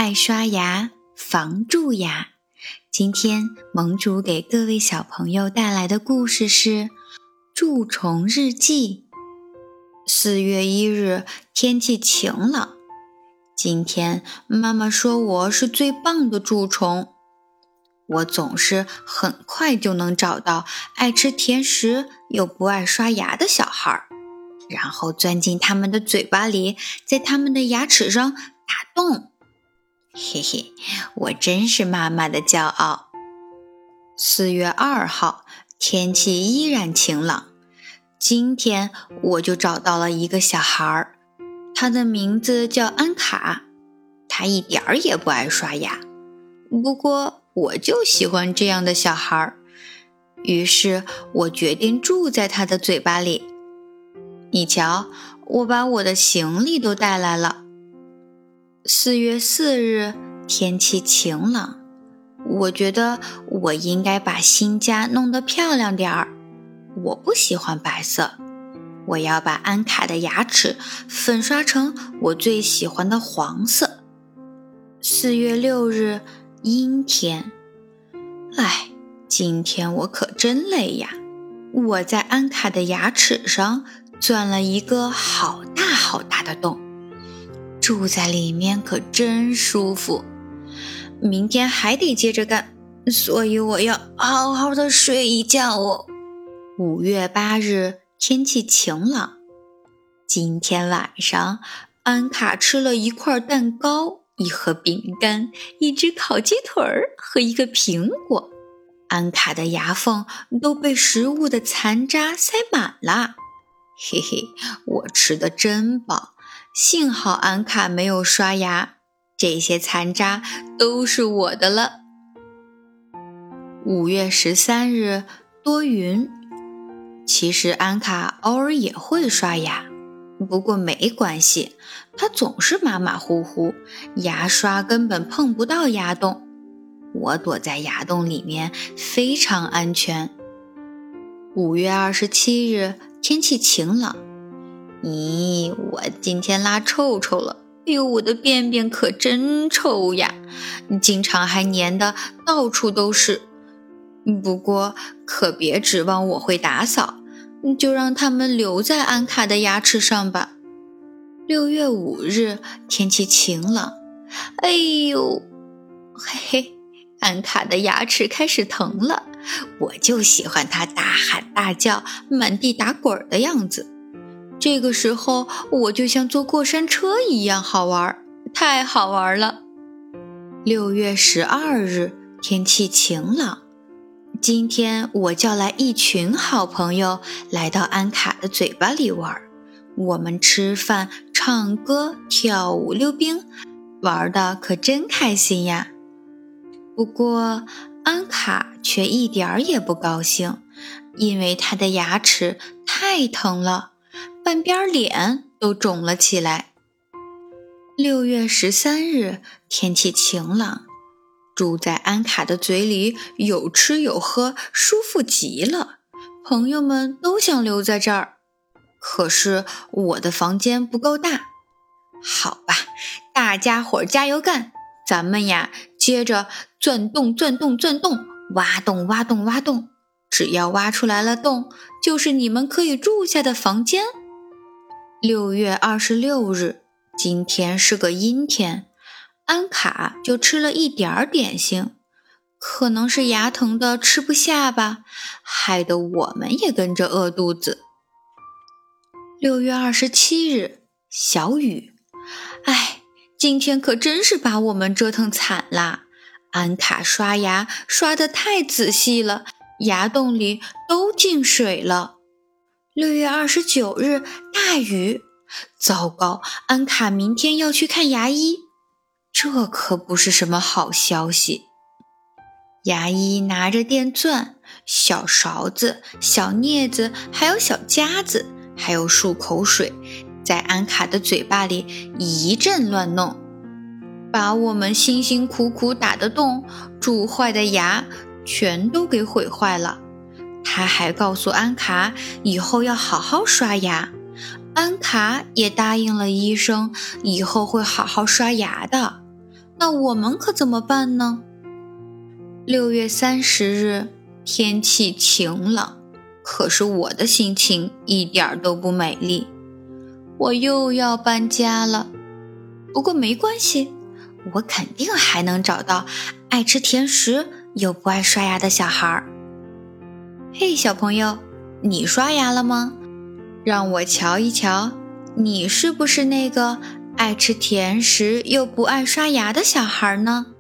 爱刷牙，防蛀牙。今天盟主给各位小朋友带来的故事是《蛀虫日记》。4月1日，天气晴朗。今天妈妈说我是最棒的蛀虫，我总是很快就能找到爱吃甜食又不爱刷牙的小孩，然后钻进他们的嘴巴里，在他们的牙齿上打洞。嘿嘿，我真是妈妈的骄傲。4月2号，天气依然晴朗。今天我就找到了一个小孩，他的名字叫安卡，他一点儿也不爱刷牙，不过我就喜欢这样的小孩，于是我决定住在他的嘴巴里。你瞧，我把我的行李都带来了。4月4日，天气晴朗，我觉得我应该把新家弄得漂亮点儿。我不喜欢白色，我要把安卡的牙齿粉刷成我最喜欢的黄色。4月6日，阴天。今天我可真累呀！我在安卡的牙齿上钻了一个好大好大的洞，住在里面可真舒服。明天还得接着干，所以我要好好的睡一觉哦。5月8日，天气晴朗。今天晚上，安卡吃了一块蛋糕、一盒饼干、一只烤鸡腿和一个苹果。安卡的牙缝都被食物的残渣塞满了。嘿嘿，我吃得真饱，幸好安卡没有刷牙，这些残渣都是我的了。5月13日，多云。其实安卡偶尔也会刷牙，不过没关系，他总是马马虎虎，牙刷根本碰不到牙洞。我躲在牙洞里面非常安全。5月27日，天气晴朗。咦，我今天拉臭臭了，哎呦，我的便便可真臭呀，经常还粘得到处都是。不过可别指望我会打扫，就让它们留在安卡的牙齿上吧。6月5日，天气晴朗。哎呦，嘿嘿，安卡的牙齿开始疼了，我就喜欢它大喊大叫、满地打滚的样子。这个时候我就像坐过山车一样好玩，太好玩了。6月12日，天气晴朗。今天我叫来一群好朋友来到安卡的嘴巴里玩，我们吃饭、唱歌、跳舞、溜冰，玩得可真开心呀。不过安卡却一点儿也不高兴，因为他的牙齿太疼了，半边脸都肿了起来。6月13日，天气晴朗。住在安卡的嘴里，有吃有喝，舒服极了。朋友们都想留在这儿，可是我的房间不够大。好吧，大家伙加油干，咱们呀，接着钻洞钻洞钻洞，挖洞挖洞挖洞，只要挖出来了洞，就是你们可以住下的房间。6月26日，今天是个阴天。安卡就吃了一点儿点心，可能是牙疼的吃不下吧，害得我们也跟着饿肚子。6月27日，小雨。今天可真是把我们折腾惨啦！安卡刷牙刷得太仔细了，牙洞里都进水了。6月29日，大雨。糟糕，安卡明天要去看牙医。这可不是什么好消息。牙医拿着电钻、小勺子、小镊子，还有小夹子，还有漱口水，在安卡的嘴巴里一阵乱弄，把我们辛辛苦苦打的洞、蛀坏的牙全都给毁坏了。他还告诉安卡以后要好好刷牙，安卡也答应了医生以后会好好刷牙的。 那我们可怎么办呢？6月30日，天气晴朗，可是我的心情一点都不美丽。我又要搬家了，不过没关系，我肯定还能找到爱吃甜食又不爱刷牙的小孩。嘿，小朋友，你刷牙了吗？让我瞧一瞧，你是不是那个爱吃甜食又不爱刷牙的小孩呢？